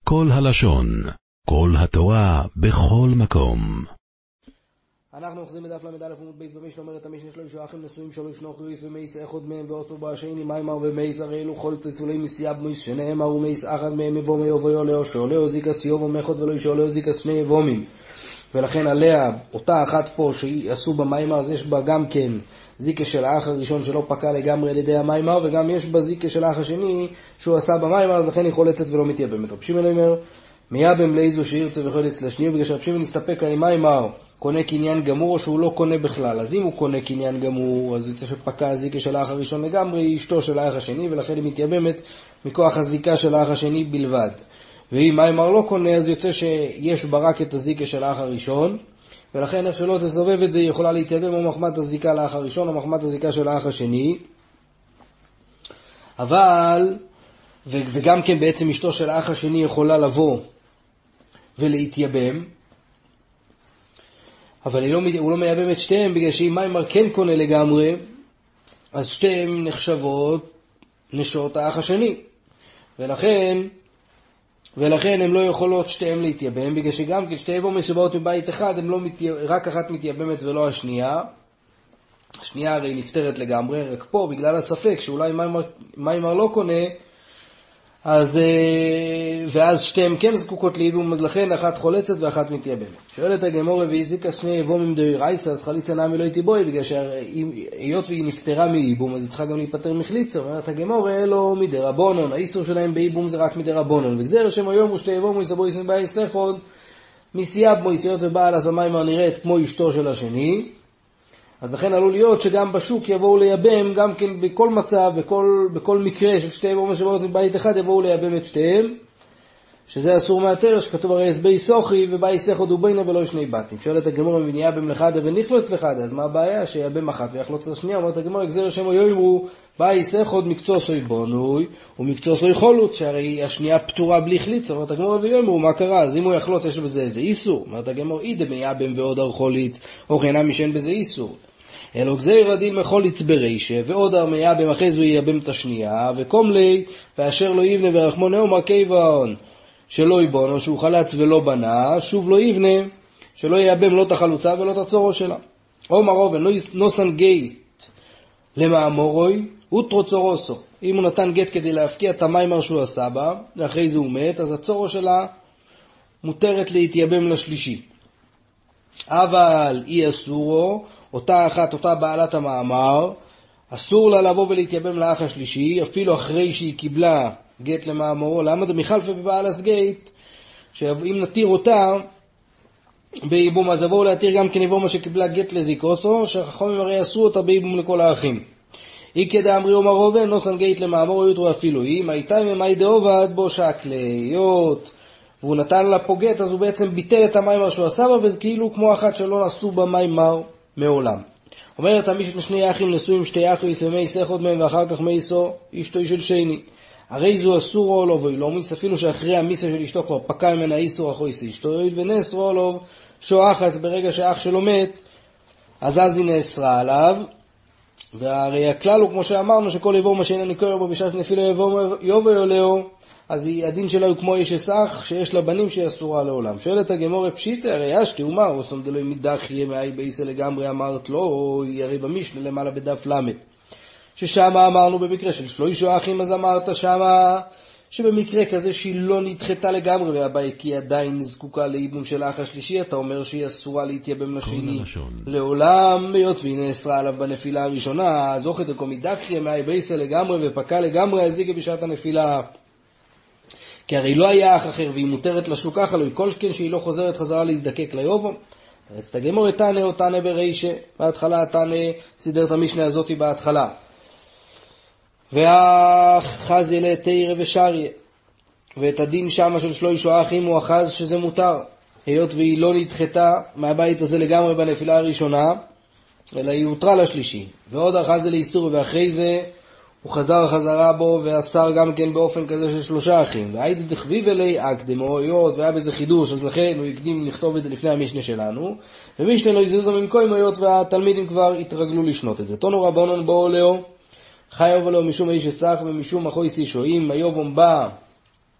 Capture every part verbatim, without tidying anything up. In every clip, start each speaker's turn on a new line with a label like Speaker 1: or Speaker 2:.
Speaker 1: כל הלשון, כל התורה, בכל מקום.
Speaker 2: אנחנו אוחזים בדף למד א' עמוד בייס במשנה, אומרת המשנה שלוש אחים נשואים שלוש נוכריס ומייס אחד מהם ועוצר באשני מיימר ומייס הרי אלו כל צלצולי מסייב מייס שנאמר ומייס אחד מהם מבוא מיובו לאו שעולה זיקס יובו מחוד ולא שעולה זיקס שני יבומים, ולכן עליה אותה אחת פה שעשו במיימר, אז יש בה גם כן זיקה של האח הראשון שלא פקע לגמרי על ידי המיימר, וגם יש בה זיקה של האח השני שהוא עשה במיימר, אז לכן היא חולצת ולא מתייבמת. רב שמעון אומר מייבם לאיזו שירצה וחולץ לשני, בגלל שרב שמעון נסתפק על מיימר קונה קניין גמור או שהוא לא קונה בכלל. אז אם הוא קונה קניין גמור, אז יוצא שפקע הזיקה של האח הראשון לגמרי, היא אשתו של האח השני, ולכן היא מתייבמת מכוח הזיקה של האח השני בלבד. ואם מיימר לא קונה, אז יוצא שיש בה רק את הזיקה של האח הראשון, ולכן איך שלא תסובב את זה, היא יכולה להתייבם או מחמת הזיקה לאח הראשון או מחמת הזיקה של האח השני. אבל, ו- וגם כן בעצם אשתו של האח השני יכולה לבוא ולהתייבם, אבל לא, הוא לא מייבם את שתיהם, בגלל שאם מיימר כן קונה לגמרי, אז שתיהם נחשבות נשות האח השני, ולכן ולכן הן לא יכולות שתיהם להתייבם, בגלל שגם כן שתי יבומים שבאות מבית אחד, הם לא מתייב... רק אחת מתייבמת ולא השנייה. השנייה הרי נפטרת לגמרי, רק פה בגלל הספק שאולי מיימר, מיימר לא קונה, אז, ואז שתיהם כן זקוקות לייבום, אז לכן אחת חולצת ואחת מתייבמת. שואלת הגמרא והזיקה שני יבומים דאורייתא, אז חליצה נמי לא יתיבוי, בגלל שהיות והיא נפטרה מייבום, אז היא צריכה גם להיפטר מחליצה. אומרת הגמרא אלו מדרבנן, האיסור שלהם בייבום זה רק מדרבנן, וגזר שם היום הוא שתי יבומים סבו יסמי בייס אחד מסייב מויסיות ובעל אז המיימר נראית כמו אשתו של השני, אז לכן עלול להיות שגם בשוק יבואו לייבם, גם כן בכל מצב, בכל, בכל מקרה של שתי יבומים שבאות מבית אחד, יבואו לייבם את שתיהם, שזה אסור מהתרא, שכתוב הרי הסבי סוכי ובייס אחד ובינה ולא שני בתים. שואלת הגמרא ונייבם לחדה ונחלוץ לחדה, אז מה הבעיה? שיבם אחת ויחלוץ לשנייה. אומרת הגמרא גזר שם יאמרו בייס אחד מקצוע סוי בונוי ומקצוע סוי חולוץ, שהרי השנייה פטורה בלי חליצה. אומרת הגמרא ויאמרו מה קרה? אז אם הוא יחלוץ יש בזה איזה איסור. אומרת הגמרא אידה מייבם ועוד ארחוליץ או חינם משן בזה איסור. אלו גזיר הדין מחוליץ ברישה, ועוד הרמיה במחז וייבם את השנייה, וקום לי, ואשר לא יבנה ורחמונה אומר כיוון, שלא יבונו, שהוא חלץ ולא בנה, שוב לא יבנה, שלא ייבם לא את החלוצה ולא את הצורו שלה. אומר רובן, נוסן גייט למאמורוי, אוטרו צורוסו. אם הוא נתן גט כדי להפקיע את המיימר שהוא עשה בה, ואחרי זה הוא מת, אז הצורו שלה מותרת להתייבם לשלישי. אבל אי אסורו, אותה אחת, אותה בעלת המאמר, אסור לה לבוא ולהתייבם לאח השלישי, אפילו אחרי שהיא קיבלה גט למאמרו. למה זה מחלפה בבעל הסגית, שאם נתיר אותה בייבום, אז יבואו להתיר גם כן יבומה שקיבלה גט לזיקוסו, שחכמים הרי אסרו אותה בייבום לכל האחים. אי כדה אמרי אומר רובן, נוסן גט למאמרו יותרו אפילו היא, מאיתי ממאי דעובד בו שקליות, והוא נתן לה פה גט, אז הוא בעצם ביטל את המיימר שהוא עשה בה, וזה כאילו כמו אחת שלא עשו במיימר מעולם. אומרת המשנה שני אחים נשואים שתי אחים ומייס אחד מהם ואחר כך מייסו אשתו של שני, הרי זו אסור לו ולא מיס, אפילו שאחרי המיסה של אשתו כבר פקע ממנה איסור אחויס אשתו, ונאסרו לו שואחס ברגע שאח שלו מת, אז אז היא נאסרה עליו. והרי הכלל הוא כמו שאמרנו שכל יבום שאינה ניקור בו בשעת נפילה יובו יולאו, אז הדין שלה הוא כמו איש אסח שיש לה בנים שהיא אסורה לעולם. שואלת הגמרא פשיטה, הרי אשתי ומר, או סומדלוי מידח יהיה מאי בייסה לגמרי, אמרת לו, או ירי במשנה למעלה בדף למד. ששם אמרנו במקרה של שלושה אחים, אז אמרת שמה שבמקרה כזה שהיא לא נדחתה לגמרי, והבית כי עדיין זקוקה לאיבום של האח השלישי, אתה אומר שהיא אסורה להתייבם לשני לעולם, ביות והיא נאסרה עליו בנפילה הראשונה, אז אוכת דקו מידח יהיה מאי בייסה לגמרי, ופקע לגמרי הזיגה בשעת הנפילה. כי הרי לא היה אח אחר והיא מותרת לשוק אחר, לא כל שכן שהיא לא חוזרת חזרה להזדקק ליובום. תרץ תגמור את תנה או תנה ברישה, בהתחלה תנה סידר את המשנה הזאת בהתחלה. והאחז ילה תירה ושריה, ואת הדין שמה של שלושה אחים הוא אחז שזה מותר, היות והיא לא נדחתה מהבית הזה לגמרי בנפילה הראשונה, אלא היא הותרה לשלישי. ועוד אחז זה לאיסור, ואחרי זה הוא חזר חזרה בו ואסר גם כן באופן כזה של שלושה אחים. והייתי דחביב אלי אקדמו, היות והיה בזה חידוש, אז לכן הוא הקדים לכתוב את זה לפני המשנה שלנו, ומשנה לא יזוזו ממקוים, היות והתלמידים כבר התרגלו לשנות את זה. תונו רבונן בואו לאו, חי יובו לאו משום איש אסח ומשום אחוי סישו. אם היובום בא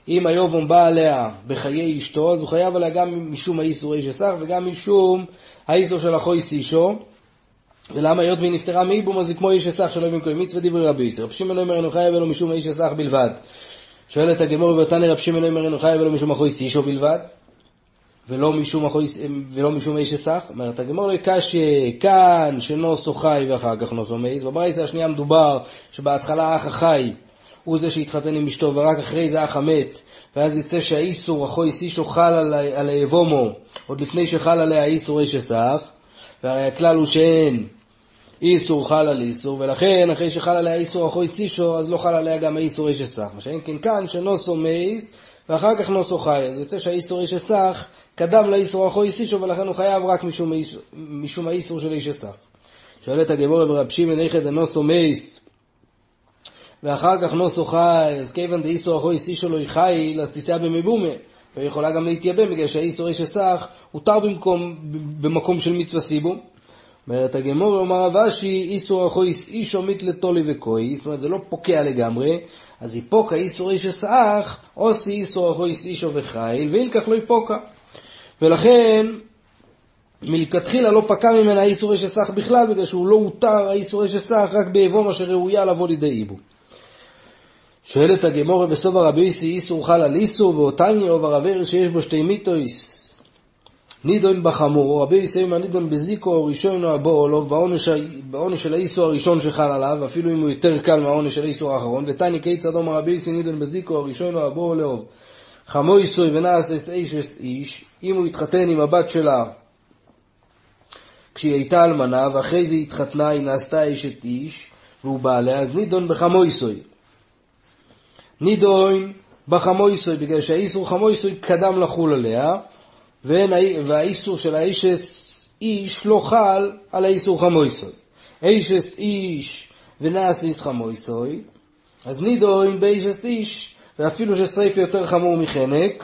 Speaker 2: אם היובום בא עליה בחיי אשתו, אז הוא חייב עליה גם משום האיסור איש אסך וגם משום האיסור של החוי סישו. ולמה היות והיא נפטרה מאיבום, אז היא כמו איש אסך שלא במקום מצווה דברי רבי יוסי. רב שמעון אומר אינו חייב אלו משום האיש אסך בלבד. שואלת הגמרא ותנא רב שמעון אומר אינו חייב אלו משום החוי סישו בלבד, ולא משום החוי ולא משום האיש אסך. אומרת הגמרא לא קשיא כאן שנוסו חי ואחר כך נוסו מייס. בברייתא השנייה מדובר שבהתחלה האח החי הוא זה שהתחתן עם אשתו ורק אחרי זה האח המת, ואז יצא שהאיסור החוי סישו חל על, על היבומו עוד לפני שחל עליה האיסור איש אסך, והרי הכלל הוא שאין איסור חל על איסור, ולכן אחרי שחל עליה איסור החוי סישו אז לא חל עליה גם האיסור איש אסך. מה שאין כן כאן שנוסו מייס ואחר כך נוסו חי, אז יוצא שהאיסור איש אסך קדם לאיסור החוי סישו, ולכן הוא חייב רק משום, משום האיסור של איש אסך. שואלת הגמרא ורב שמעון איכא דנוסו מייס ואחר כך נוסו חי, אז כיוון דאיסור החוי סישו לא יחי, אז תיסע במבומה, ויכולה גם להתייבם, בגלל שהאיסור איש אסך הותר במקום, במקום של מצווה סיבום. אומרת הגמרא, אומר רב אשי, איסור החוי אישו מתלתולי וקוי, זאת אומרת זה לא פוקע לגמרי, אז יפוקע איסור איש אסך, עושי איסור החוי אישו וחיל, ואין כך לא יפוקע. ולכן מלכתחילה לא פקע ממנה איסור איש אסך בכלל, בגלל שהוא לא הותר האיסור איש אסך רק ביבום אשר ראויה לבוא לידי איבום. שואלת הגמרא בסובר רבי יוסי איסור חל על איסור, ואותני עובר עבר שיש בו שתי מיתויס נידון בחמור. רבי יוסי אומר נידון בזיקו או ראשון או הבוא לו בעונש של האיסור הראשון שחל עליו, אפילו אם הוא יותר קל מהעונש של האיסור האחרון. ותני כיצד אומר רבי יוסי נידון בזיקו או ראשון או הבוא לו חמו יסוי ונעש איש איש, אם הוא התחתן עם הבת שלה כשהיא הייתה אלמנה ואחרי זה התחתנה היא נעשתה אשת איש והוא בעליה, אז נידון בחמו יסוי. נידון בחמו יסוי בגלל שהאיסור חמו יסוי קדם לחול עליה, והאיסור של האשת איש לא חל על האיסור חמו יסוי. אשת איש ונעש חמו יסוי, אז נידון באשת איש, ואפילו ששריף יותר חמור מחנק,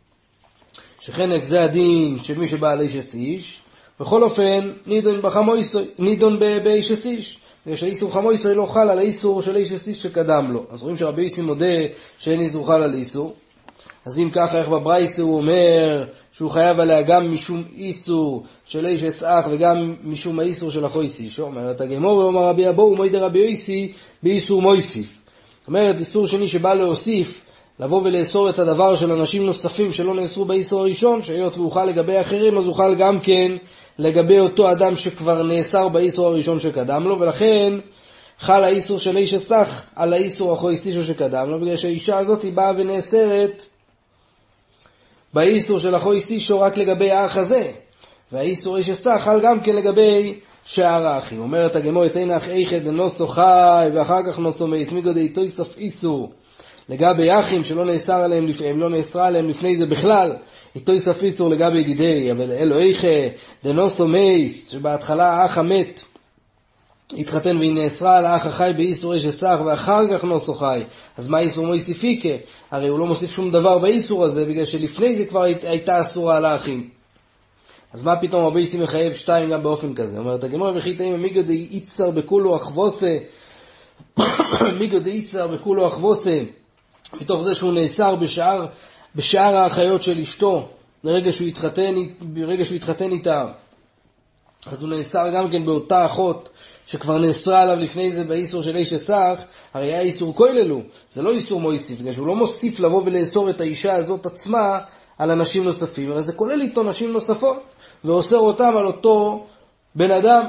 Speaker 2: שחנק זה הדין של מי שבא על אשת איש. בכל אופן נידון בחמו יסוי, נידון באשת איש, בגלל שהאיסור חמו יסוי לא חל על האיסור של אשת איש שקדם לו. אז רואים שרבי יוסי מודה שאין איסור חל על איסור. אז אם ככה, איך בברייתא הוא אומר שהוא חייב עליה גם משום איסור של איש אסך וגם משום האיסור של החוי סישו. אומרת הגמרא, אומר רבי אבו ומוידי רבי יוסי באיסור מויסיף. זאת אומרת, איסור שני שבא להוסיף, לבוא ולאסור את הדבר של אנשים נוספים שלא נאסרו באיסור הראשון, שהיות והוא חל לגבי אחרים, אז הוא חל גם כן לגבי אותו אדם שכבר נאסר באיסור הראשון שקדם לו, ולכן חל האיסור של איש אסך על האיסור החוי סישו שקדם לו, בגלל שהאישה הזאת היא באה ונאסרת באיסור של החוי סישו רק לגבי האח הזה, והאיסור איש אסך חל גם כן לגבי שאר האחים. אומרת הגמרא, תנח איכא דנוסו חי ואחר כך נוסו מייס מיגו דאיתו יסף איסור לגבי אחים שלא נאסר עליהם, הם לא נאסרה עליהם לפני זה בכלל, איתו יסף איסור לגבי ידידי. אבל אלו איכא דנוסו מייס, שבהתחלה האח המת התחתן והיא נאסרה על האח החי באיסור איש אסך ואחר כך נוסו חי, אז מה איסור מויסיפיקה? הרי הוא לא מוסיף שום דבר באיסור הזה, בגלל שלפני זה כבר הייתה אסורה על האחים. אז מה פתאום רבי יוסי מחייב שתיים גם באופן כזה? אומרת הגמרא, וכי תימא מיגו דאיצר בכולו אחבוסה, מיגו דאיצר בכולו אחבוסה, מתוך זה שהוא נאסר בשאר, בשאר האחיות של אשתו, ברגע שהוא התחתן, ברגע שהוא התחתן איתה, אז הוא נאסר גם כן באותה אחות שכבר נאסרה עליו לפני זה באיסור של איש אסך. הרי היה איסור כוללו, זה לא איסור מויסיף, בגלל שהוא לא מוסיף לבוא ולאסור את האישה הזאת עצמה על אנשים נוספים, אלא זה כולל איתו נשים נוספות ואוסר אותם על אותו בן אדם.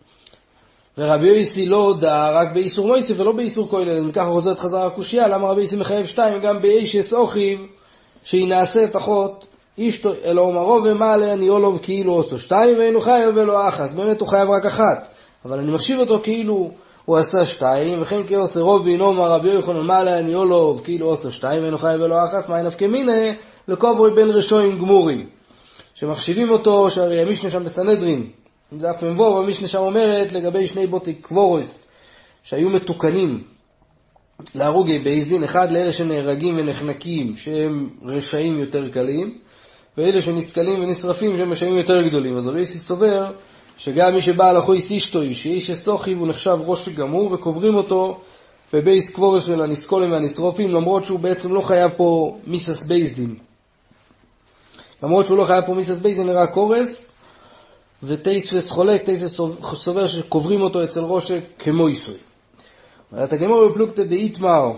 Speaker 2: ורבי יוסי לא הודע רק באיסור מויסיף ולא באיסור כולל. מכך חוזרת חזרה הקושיה, למה רבי יוסי מחייב שתיים גם באיש אוכיו שהיא נעשית אחות אישתו, אלא אומרו ומעלה אני אולוב כאילו עשו שתיים ואינו חייב ולא אחס. באמת הוא חייב רק אחת, אבל אני מחשיב אותו כאילו הוא עשה שתיים, וכן כי עושה רוב ואינו רבי יוחנן מעלה אני אולוב כאילו עשו שתיים ואינו חייב ולא אחס. מה נפקא מינה לקוברי בין רשועים גמורים שמחשיבים אותו, שהרי המשנה שם בסנהדרין דף מבוא, המשנה שם אומרת לגבי שני בוטי קבורס שהיו מתוקנים להרוגי בית דין, אחד לאלה שנהרגים ונחנקים שהם רשעים יותר קלים, ואלה שנסקלים ונשרפים שהם רשעים יותר גדולים. אז רבי יוסי סובר שגם מי שבא על החוי סישתוי, שאיש אסוכי והוא נחשב ראש גמור, וקוברים אותו בבייס קבורה של הניסקולים והניסטרופים, למרות שהוא בעצם לא חייב פה מיסס בייסדין. למרות שהוא לא חייב פה מיסס בייסדין, נראה קורס, וטייספס חולק, טייספס סובר שקוברים אותו אצל ראש כמו איסוי. ואתה גמור בפלוגתא דאיתמר,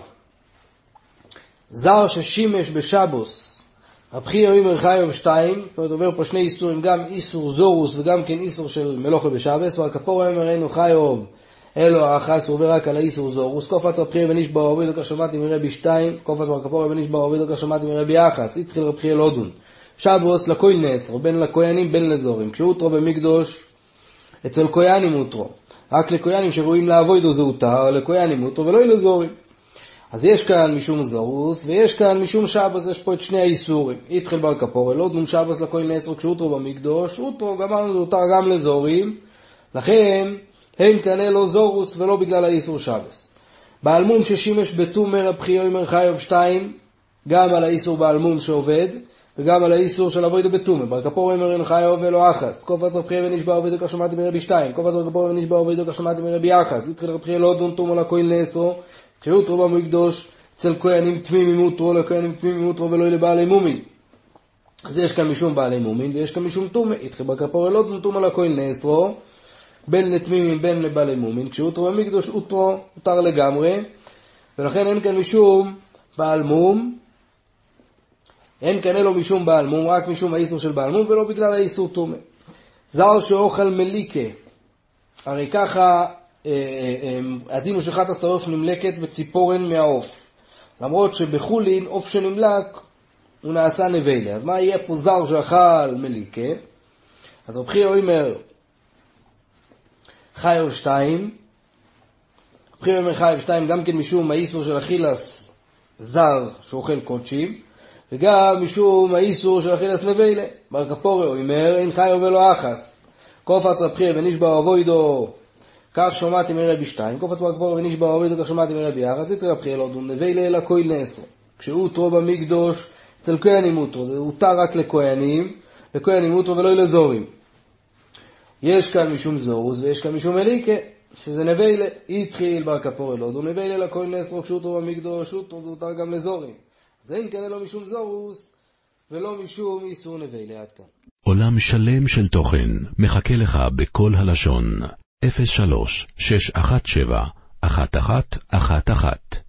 Speaker 2: זר ששימש בשבוס, הבחיר אומר חיוב שתיים, זאת אומרת עובר פה שני איסורים, גם איסור זורוס וגם כן איסור של מלוכה בשבס, והכפור אומר אינו חיוב, אלו האחס הוא עובר רק על האיסור זורוס, קופץ הבחיר בנשבע עובד, וכך שמעתי מרבי שתיים, קופץ והכפור בנשבע עובד, וכך שמעתי מרבי אחס, התחיל רבחיר לא דון. שבוס לקוי נסר, בין לקוינים בין לזורים, כשאותרו במקדוש, אצל קוינים אותרו, רק לקוינים שרואים לעבוד זה הותר, לקוינים אותרו ולא לזורים. אז יש כאן משום זורוס, ויש כאן משום שבוס, יש פה את שני האיסורים. התחיל בר כפור, לא דון שבוס לקוי נסר, כשאותרו במקדוש, אותרו גמרנו זה הותר גם לזורים, לכן אין כאן לא זורוס ולא בגלל האיסור שבוס. בעלמום ששימש בתומר הבחיו אומר חיוב שתיים, גם על האיסור בעלמום שעובד, וגם על האיסור של עבודה בתומה. בר כפור אומר אין חיוב ולא אחס. קופת רבחיר ונשבע עובד וכך שמעתי מרבי שתיים. קופת בר כפור ונשבע עובד וכך שמעתי מרבי אחס. התחיל רבחיר לא דון תומו לכהן נסרו, כשאותרו במקדוש אצל כהנים תמימים אותרו, לכהנים תמימים אותרו ולא לבעלי מומין. אז יש כאן משום בעלי מומין ויש כאן משום תומה. התחיל בר כפור לא דון תומו לכהן נסרו, בין לתמימים בין לבעלי מומין. כשאותרו במקדוש אותרו הותר לגמרי, ולכן אין כאן משום בעל מום, אין כאן אלו משום בעל מום, רק משום האיסור של בעל מום, ולא בגלל האיסור תומה. זר שאוכל מליקה, הרי ככה אה, אה, אה, הדין הוא שחטס העוף נמלקת בציפורן מהעוף. למרות שבחולין עוף שנמלק הוא נעשה נבלה. אז מה יהיה פה זר שאכל מליקה? אז רב חייא אומר חיוב שתיים, רב חייא אומר חיוב שתיים גם כן משום האיסור של אכילס זר שאוכל קודשים, וגם משום האיסור של אכילס נבלה. בר כפורי אומר אין חיוב ולא אחס. קופץ רב חייא ונשבע עבודו, כך שמעתי מרבי שתיים. קופץ בר כפורי ונשבע עבודו, כך שמעתי מרבי אחס. התחיל רב חייא לא דון נבלה אלא כהן נסרו. כשאותרו במקדוש אצל כהנים אותרו, זה הותר רק לכהנים, לכהנים אותרו ולא לזורים. יש כאן משום זורוס ויש כאן משום מליקה, שזה נבלה. התחיל בר כפורי לא דון נבלה אלא כהן נסרו, כשאותרו במקדוש אותרו זה הותר גם לזורים. אז אין כאן לא משום זורוס ולא משום איסור נבלה. עד כאן.
Speaker 1: עולם שלם של תוכן מחכה לך בכל הלשון. אפס שלוש שש אחת שבע אחת אחת אחת אחת